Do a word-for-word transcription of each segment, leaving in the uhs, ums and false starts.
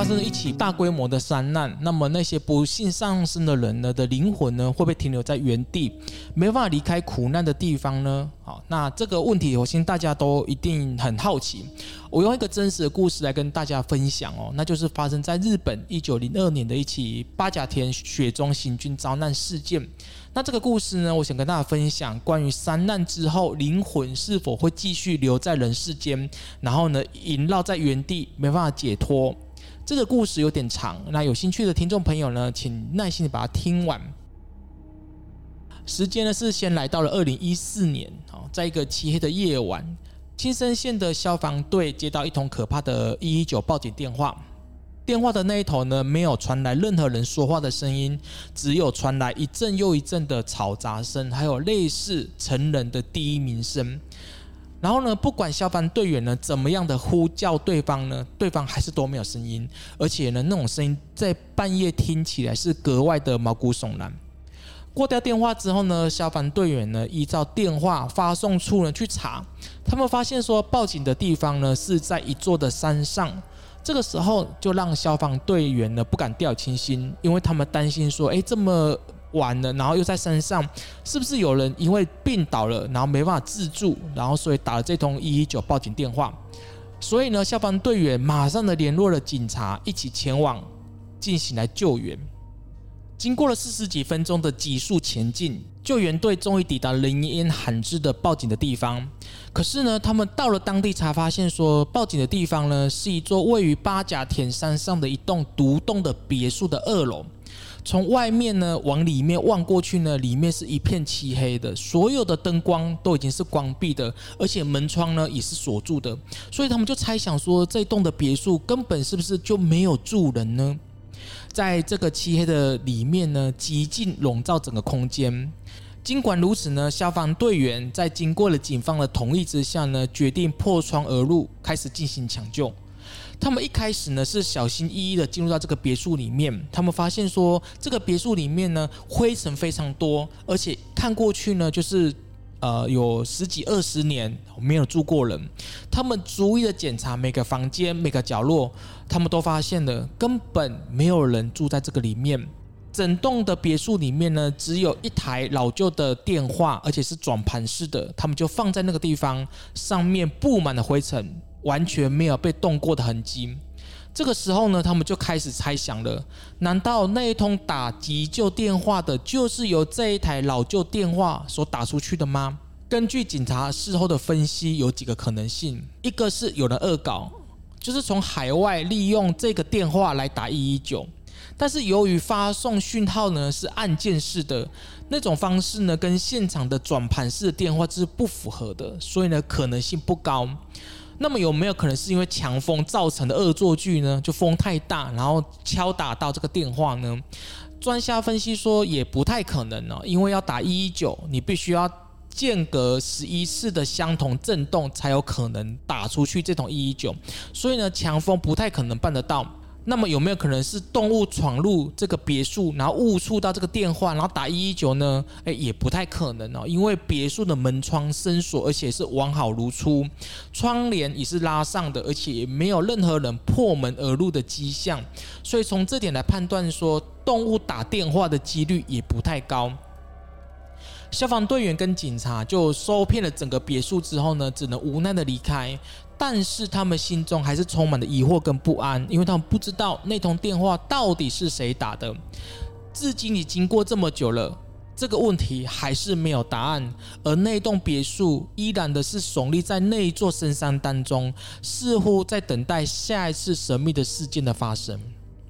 发生了一起大规模的山难，那么那些不幸丧生的人呢的灵魂呢，会不会停留在原地，没办法离开苦难的地方呢？好，那这个问题我相信大家都一定很好奇。我用一个真实的故事来跟大家分享哦，那就是发生在日本一九零二年的一起八甲田雪中行军遭难事件。那这个故事呢，我想跟大家分享关于山难之后灵魂是否会继续留在人世间，然后呢萦绕在原地没办法解脱。这个故事有点长，那有兴趣的听众朋友呢，请耐心的把它听完。时间呢是先来到了二零一四年，在一个漆黑的夜晚，青森县的消防队接到一通可怕的一一九报警电话。电话的那一头呢，没有传来任何人说话的声音，只有传来一阵又一阵的嘈杂声，还有类似成人的低鸣声。然后呢，不管消防队员呢怎么样的呼叫对方呢，对方还是都没有声音，而且呢，那种声音在半夜听起来是格外的毛骨悚然。挂掉电话之后呢，消防队员呢依照电话发送处呢去查，他们发现说报警的地方呢是在一座的山上。这个时候就让消防队员呢不敢掉以轻心，因为他们担心说，哎，这么晚了，然后又在山上，是不是有人因为病倒了，然后没办法自助，然后所以打了这通一一九报警电话。所以呢，消防队员马上的联络了警察，一起前往进行来救援。经过了四十几分钟的急速前进，救援队终于抵达人烟罕至的报警的地方。可是呢，他们到了当地才发现说，报警的地方呢是一座位于八甲田山上的一栋独栋的别墅的二楼。从外面呢往里面望过去呢，里面是一片漆黑的，所有的灯光都已经是关闭的，而且门窗呢也是锁住的。所以他们就猜想说，这栋的别墅根本是不是就没有住人呢？在这个漆黑的里面呢，寂静笼罩整个空间。尽管如此呢，消防队员在经过了警方的同意之下呢，决定破窗而入，开始进行抢救。他们一开始呢是小心翼翼的进入到这个别墅里面，他们发现说这个别墅里面呢灰尘非常多，而且看过去呢就是呃有十几二十年没有住过人。他们逐一的检查每个房间每个角落，他们都发现了根本没有人住在这个里面。整栋的别墅里面呢，只有一台老旧的电话，而且是转盘式的，他们就放在那个地方，上面布满了灰尘，完全没有被动过的痕迹。这个时候呢，他们就开始猜想了，难道那一通打急救电话的就是由这一台老旧电话所打出去的吗？根据警察事后的分析，有几个可能性。一个是有人恶搞，就是从海外利用这个电话来打一一九，但是由于发送讯号呢是按键式的，那种方式呢跟现场的转盘式的电话是不符合的，所以呢可能性不高。那么有没有可能是因为强风造成的恶作剧呢？就风太大，然后敲打到这个电话呢？专家分析说也不太可能哦，因为要打一一九，你必须要间隔十一次的相同震动才有可能打出去这通一一九，所以呢强风不太可能办得到。那么有没有可能是动物闯入这个别墅，然后误触到这个电话，然后打一一九呢？诶，也不太可能哦，因为别墅的门窗深锁，而且是完好如初，窗帘也是拉上的，而且也没有任何人破门而入的迹象，所以从这点来判断说，动物打电话的几率也不太高。消防队员跟警察就搜遍了整个别墅之后呢，只能无奈的离开。但是他们心中还是充满了疑惑跟不安，因为他们不知道那通电话到底是谁打的。至今已经过这么久了，这个问题还是没有答案。而那栋别墅依然的是耸立在那一座深山当中，似乎在等待下一次神秘的事件的发生。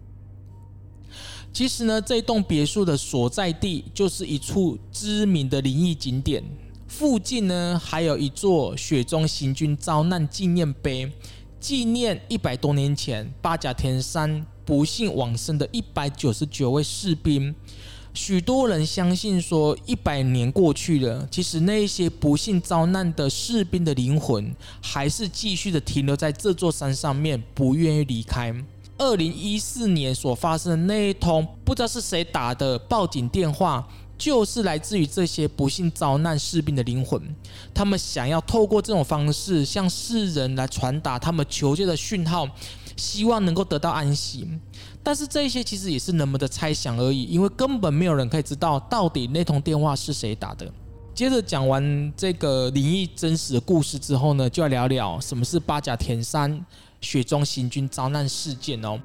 其实呢，这栋别墅的所在地就是一处知名的灵异景点。附近呢还有一座雪中行军遭难纪念碑，纪念一百多年前八甲田山不幸往生的一百九十九位士兵。许多人相信说，一百年过去了，其实那些不幸遭难的士兵的灵魂还是继续的停留在这座山上面，不愿意离开。二零一四年所发生的那一通不知道是谁打的报警电话，就是来自于这些不幸遭难士兵的灵魂。他们想要透过这种方式向世人来传达他们求救的讯号， 希望能够得到安息。但是这些其实也是人们的猜想而已，因为根本没有人可以知道到底那通电话是谁打的。接着讲完这个灵异真实的故事之后呢，就来聊聊什么是八甲田山雪中行军遭难事件哦。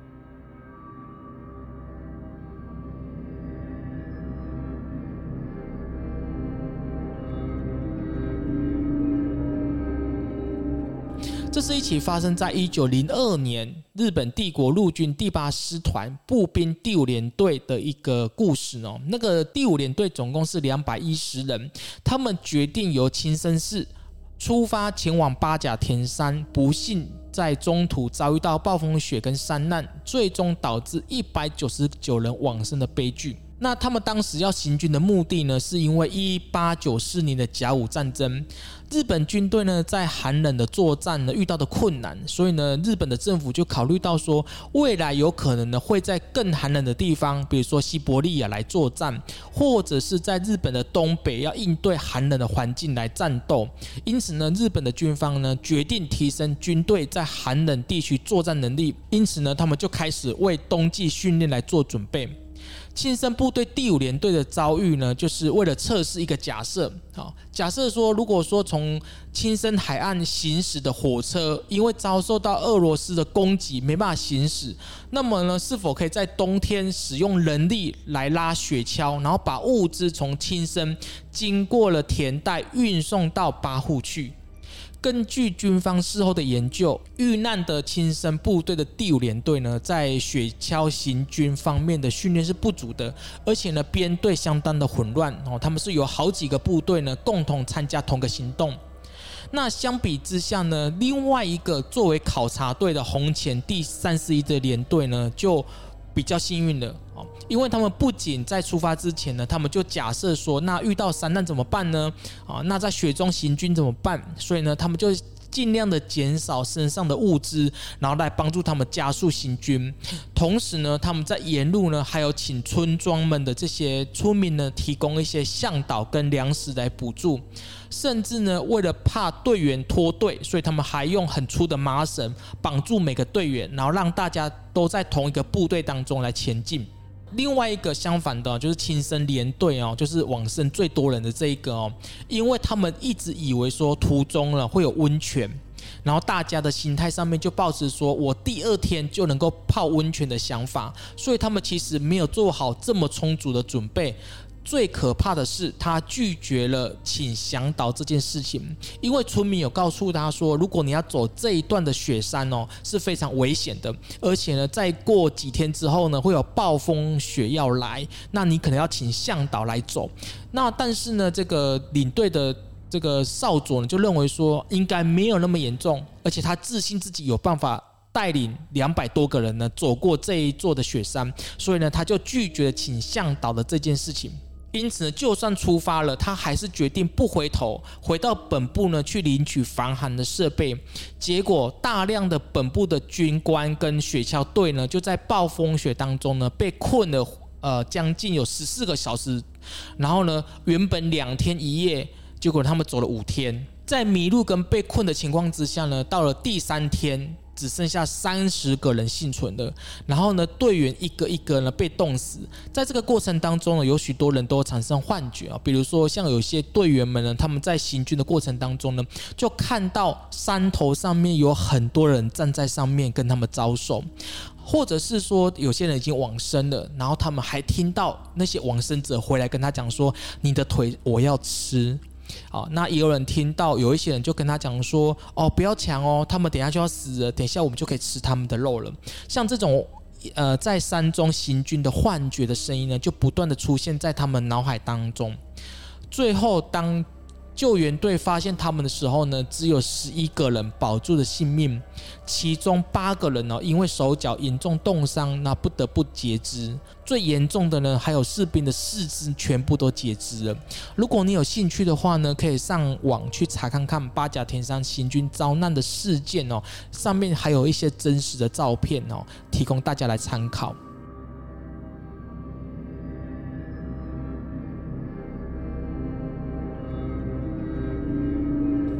这是一起发生在一九零二年日本帝国陆军第八师团步兵第五联队的一个故事哦。那个第五联队总共是两百一十人，他们决定由青森市出发前往八甲田山，不幸在中途遭遇到暴风雪跟山难，最终导致一百九十九人往生的悲剧。那他们当时要行军的目的呢，是因为一八九四年的甲午战争，日本军队呢在寒冷的作战呢遇到的困难，所以呢日本的政府就考虑到说，未来有可能呢会在更寒冷的地方，比如说西伯利亚来作战，或者是在日本的东北要应对寒冷的环境来战斗。因此呢，日本的军方呢决定提升军队在寒冷地区作战能力，因此呢他们就开始为冬季训练来做准备。青森部队第五联队的遭遇呢，就是为了测试一个假设。好，假设说，如果说从青森海岸行驶的火车，因为遭受到俄罗斯的攻击，没办法行驶，那么呢，是否可以在冬天使用人力来拉雪橇，然后把物资从青森经过了田代运送到八户去？根据军方事后的研究，遇难的青森部队的第五联队呢，在雪橇行军方面的训练是不足的，而且呢，编队相当的混乱哦。他们是有好几个部队呢共同参加同个行动。那相比之下呢，另外一个作为考察队的红前第三十一的联队呢，就比较幸运了，因为他们不仅在出发之前呢，他们就假设说，那遇到山难怎么办呢？那在雪中行军怎么办？所以呢，他们就尽量的减少身上的物资，然后来帮助他们加速行军。同时呢，他们在沿路呢，还有请村庄们的这些村民呢，提供一些向导跟粮食来补助。甚至呢，为了怕队员脱队，所以他们还用很粗的麻绳绑住每个队员，然后让大家都在同一个部队当中来前进。另外一个相反的，就是青森联队哦，就是往生最多人的这一个哦，因为他们一直以为说途中了会有温泉，然后大家的心态上面就抱持说我第二天就能够泡温泉的想法，所以他们其实没有做好这么充足的准备。最可怕的是，他拒绝了请向导这件事情，因为村民有告诉他说，如果你要走这一段的雪山哦，是非常危险的，而且呢，再过几天之后呢，会有暴风雪要来，那你可能要请向导来走。那但是呢，这个领队的这个少佐呢，就认为说应该没有那么严重，而且他自信自己有办法带领两百多个人呢走过这一座的雪山，所以呢，他就拒绝了请向导的这件事情。因此呢，就算出发了，他还是决定不回头，回到本部呢去领取防寒的设备。结果，大量的本部的军官跟雪橇队呢，就在暴风雪当中呢被困了，呃，将近有十四个小时。然后呢，原本两天一夜，结果他们走了五天，在迷路跟被困的情况之下呢，到了第三天，只剩下三十个人幸存了，然后呢，队员一个一个呢被冻死。在这个过程当中呢，有许多人都产生幻觉啊，比如说像有些队员们呢，他们在行军的过程当中呢，就看到山头上面有很多人站在上面跟他们招手，或者是说有些人已经往生了，然后他们还听到那些往生者回来跟他讲说：“你的腿我要吃。”好，那也有人听到，有一些人就跟他讲说：“哦，不要抢哦，他们等一下就要死了，等一下我们就可以吃他们的肉了。”像这种呃在山中行军的幻觉的声音呢，就不断的出现在他们脑海当中。最后，当救援队发现他们的时候呢，只有十一个人保住了性命，其中八个人呢、哦、因为手脚严重冻伤，那不得不截肢。最严重的呢，还有士兵的四肢全部都截肢了。如果你有兴趣的话呢，可以上网去查看看八甲田山行军遭难的事件哦，上面还有一些真实的照片哦，提供大家来参考。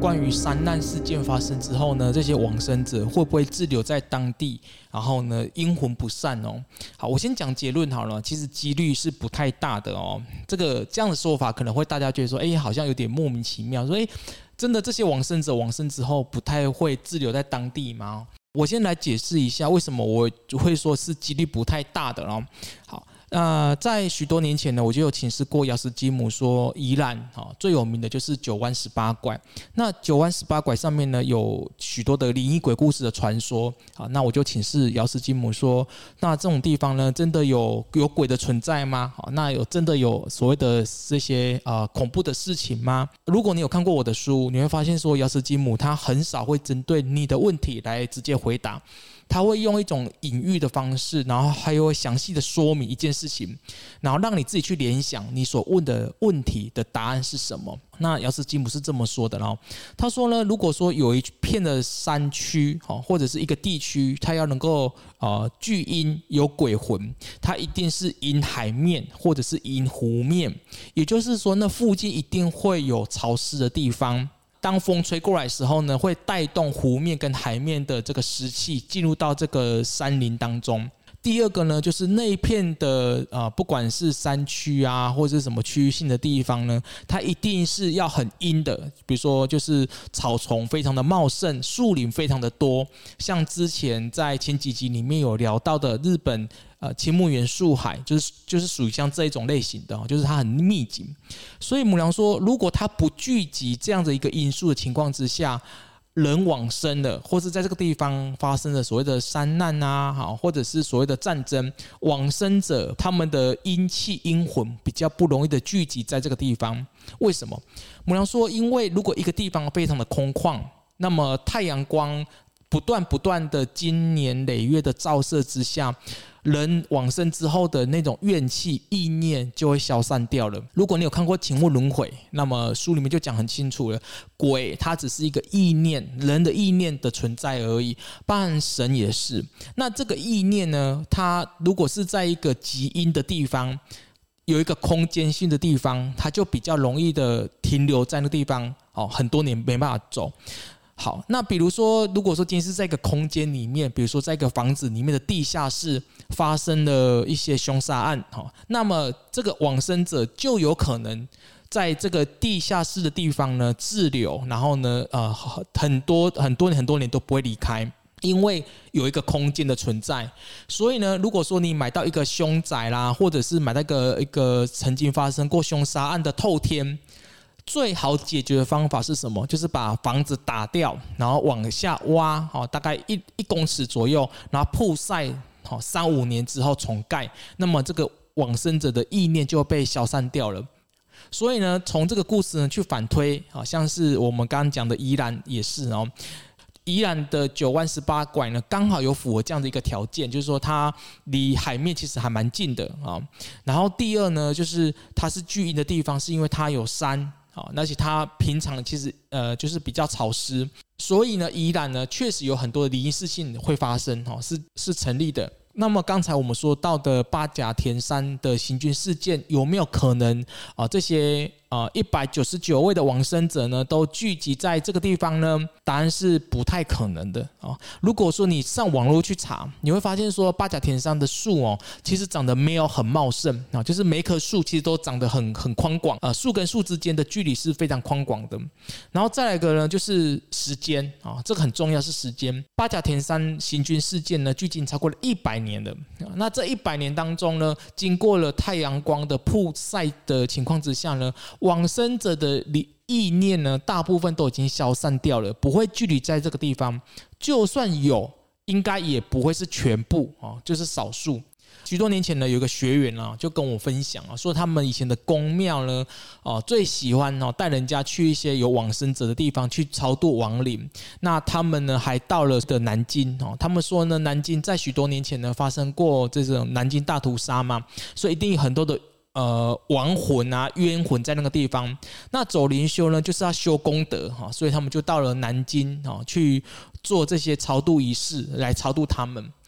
关于山难事件发生之后呢，这些往生者会不会滞留在当地，然后呢阴魂不散哦？好，我先讲结论好了，其实几率是不太大的哦。这个这样的说法可能会大家觉得说，哎，好像有点莫名其妙，说哎，真的这些往生者往生之后不太会滞留在当地吗？我先来解释一下为什么我会说是几率不太大的哦。好，那在许多年前呢，我就有请示过姚斯基姆说，宜兰最有名的就是九弯十八拐。那九弯十八拐上面呢，有许多的灵异鬼故事的传说。好，那我就请示姚斯基姆说，那这种地方呢，真的有有鬼的存在吗？好，那有真的有所谓的这些呃恐怖的事情吗？如果你有看过我的书，你会发现说，姚斯基姆他很少会针对你的问题来直接回答。他会用一种隐喻的方式，然后还有详细的说明一件事情，然后让你自己去联想你所问的问题的答案是什么。那姚斯基姆是这么说的，然后他说呢，如果说有一片的山区或者是一个地区，它要能够呃聚阴有鬼魂，它一定是阴海面或者是阴湖面，也就是说那附近一定会有潮湿的地方。当风吹过来的时候呢，会带动湖面跟海面的这个湿气进入到这个山林当中。第二个呢，就是那一片的呃，不管是山区啊，或者是什么区域性的地方呢，它一定是要很阴的，比如说就是草丛非常的茂盛，树林非常的多，像之前在前几集里面有聊到的日本呃青木原树海，就是就是属于像这一种类型的，就是它很密集。所以母娘说，如果它不聚集这样的一个因素的情况之下，人往生了，或是在这个地方发生了所谓的山难啊，或者是所谓的战争，往生者他们的阴气阴魂比较不容易的聚集在这个地方。为什么？母娘说，因为如果一个地方非常的空旷，那么太阳光不断不断的经年累月的照射之下，人往生之后的那种怨气意念就会消散掉了。如果你有看过《请勿轮回》，那么书里面就讲很清楚了，鬼它只是一个意念，人的意念的存在而已，包含神也是。那这个意念呢，它如果是在一个极阴的地方，有一个空间性的地方，它就比较容易的停留在那个地方，哦，很多年没办法走。好，那比如说，如果说今天是在一个空间里面，比如说在一个房子里面的地下室发生了一些凶杀案，那么这个往生者就有可能在这个地下室的地方呢滞留，然后呢，呃，很多很多年很多年都不会离开。因为有一个空间的存在，所以呢，如果说你买到一个凶宅啦，或者是买到一个一个曾经发生过凶杀案的透天，最好解决的方法是什么？就是把房子打掉，然后往下挖，大概一一公尺左右，然后曝晒三五年之后重盖，那么这个往生者的意念就被消散掉了。所以呢，从这个故事呢去反推，好像是我们刚刚讲的宜兰也是哦。宜兰的九弯十八拐呢，刚好有符合这样的一个条件，就是说它离海面其实还蛮近的啊。然后第二呢，就是它是巨阴的地方，是因为它有山啊，而且它平常其实呃就是比较潮湿，所以呢，宜兰呢确实有很多的灵异事情会发生，哈，是是成立的。那么刚才我们说到的八甲田山的行军事件，有没有可能啊？这些啊一百九十九位的往生者呢，都聚集在这个地方呢？答案是不太可能的啊。如果说你上网络去查，你会发现说八甲田山的树哦，其实长得没有很茂盛啊，就是每棵树其实都长得很很宽广啊，树跟树之间的距离是非常宽广的。然后再来一个呢，就是时间啊，这个很重要是时间。八甲田山行军事件呢，距今超过了一百年了。那这一百年当中呢，经过了太阳光的曝晒的情况之下呢，往生者的意念呢，大部分都已经消散掉了，不会聚集在这个地方。就算有，应该也不会是全部啊，就是少数。许多年前呢，有一个学员啊，就跟我分享啊，说他们以前的宫庙呢，哦、啊，最喜欢哦、啊、带人家去一些有往生者的地方去超度亡灵。那他们呢，还到了的南京哦、啊，他们说呢，南京在许多年前呢发生过这种南京大屠杀嘛，所以一定有很多的呃亡魂啊、冤魂在那个地方。那走灵修呢，就是要修功德哈、啊，所以他们就到了南京啊，去做这些超度仪式来超度他们。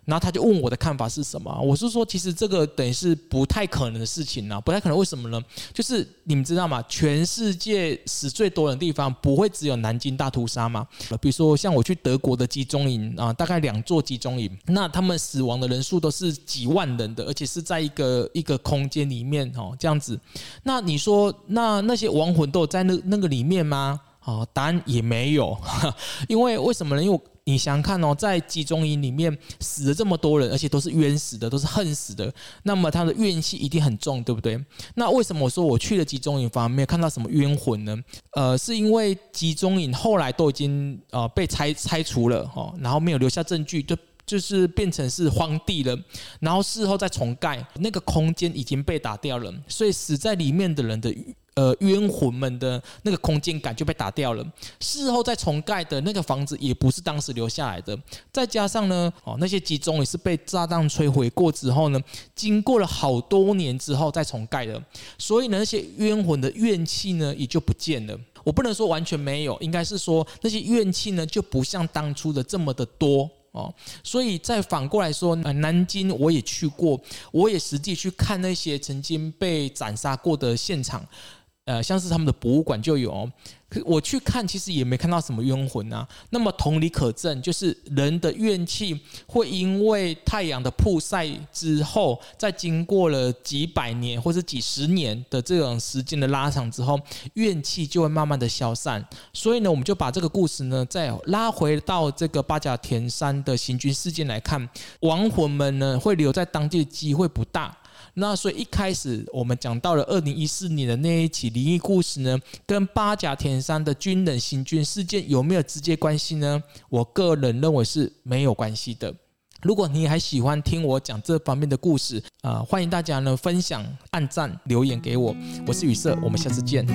然后他就问我的看法是什么，我是说其实这个等于是不太可能的事情啊，不太可能。为什么呢？就是你们知道吗？全世界死最多的地方不会只有南京大屠杀吗？比如说像我去德国的集中营啊，大概两座集中营，那他们死亡的人数都是几万人的，而且是在一个一个空间里面哦，这样子。那你说那那些亡魂都有在那那个里面吗？哦，答案也没有，因为为什么呢？因为你想想看哦，在集中营里面死了这么多人，而且都是冤死的，都是恨死的，那么他的怨气一定很重，对不对？那为什么我说我去了集中营反而没有看到什么冤魂呢？呃，是因为集中营后来都已经呃被拆拆除了哦，然后没有留下证据，就就是变成是荒地了，然后事后再重盖，那个空间已经被打掉了，所以死在里面的人的呃冤魂们的那个空间感就被打掉了。事后再重盖的那个房子也不是当时留下来的，再加上呢，哦那些集中也是被炸弹摧毁过之后呢，经过了好多年之后再重盖的，所以呢那些冤魂的怨气呢也就不见了。我不能说完全没有，应该是说那些怨气呢就不像当初的这么的多。哦，所以再反过来说，南京我也去过，我也实际去看那些曾经被斩杀过的现场，呃，像是他们的博物馆就有、哦。我去看，其实也没看到什么冤魂啊。那么同理可证，就是人的怨气会因为太阳的曝晒之后，在经过了几百年或者几十年的这种时间的拉长之后，怨气就会慢慢的消散。所以呢，我们就把这个故事呢，再拉回到这个八甲田山的行军事件来看，亡魂们呢会留在当地的机会不大。那所以一开始我们讲到了二零一四年的那一起灵异故事呢，跟八甲田山的军人行军事件有没有直接关系呢？我个人认为是没有关系的。如果你还喜欢听我讲这方面的故事，呃，欢迎大家呢分享、按赞、留言给我。我是宇色，我们下次见。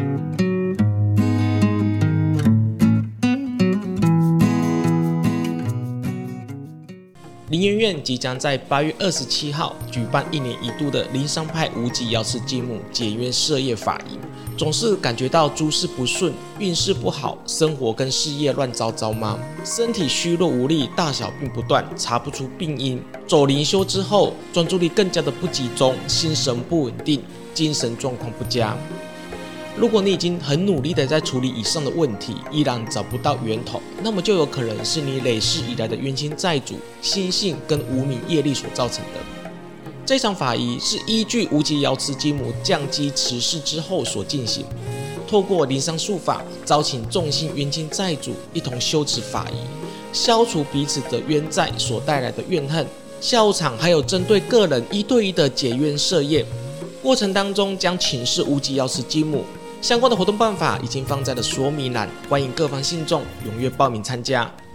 灵研院即将在八月二十七号举办一年一度的灵山派无极瑶池节目解冤设业法仪。总是感觉到诸事不顺，运势不好，生活跟事业乱糟糟吗？身体虚弱无力，大小病不断，查不出病因。走灵修之后，专注力更加的不集中，心神不稳定，精神状况不佳。如果你已经很努力的在处理以上的问题，依然找不到源头，那么就有可能是你累世以来的冤亲债主、心性跟无名业力所造成的。这场法仪是依据无极瑶池金母降基辞世之后所进行，透过灵山术法，招请众信冤亲债主一同修持法仪，消除彼此的冤债所带来的怨恨。下午场还有针对个人一对一的解冤设业，过程当中将请示无极瑶池金母。相关的活动办法已经放在了说明栏，欢迎各方信众踊跃报名参加。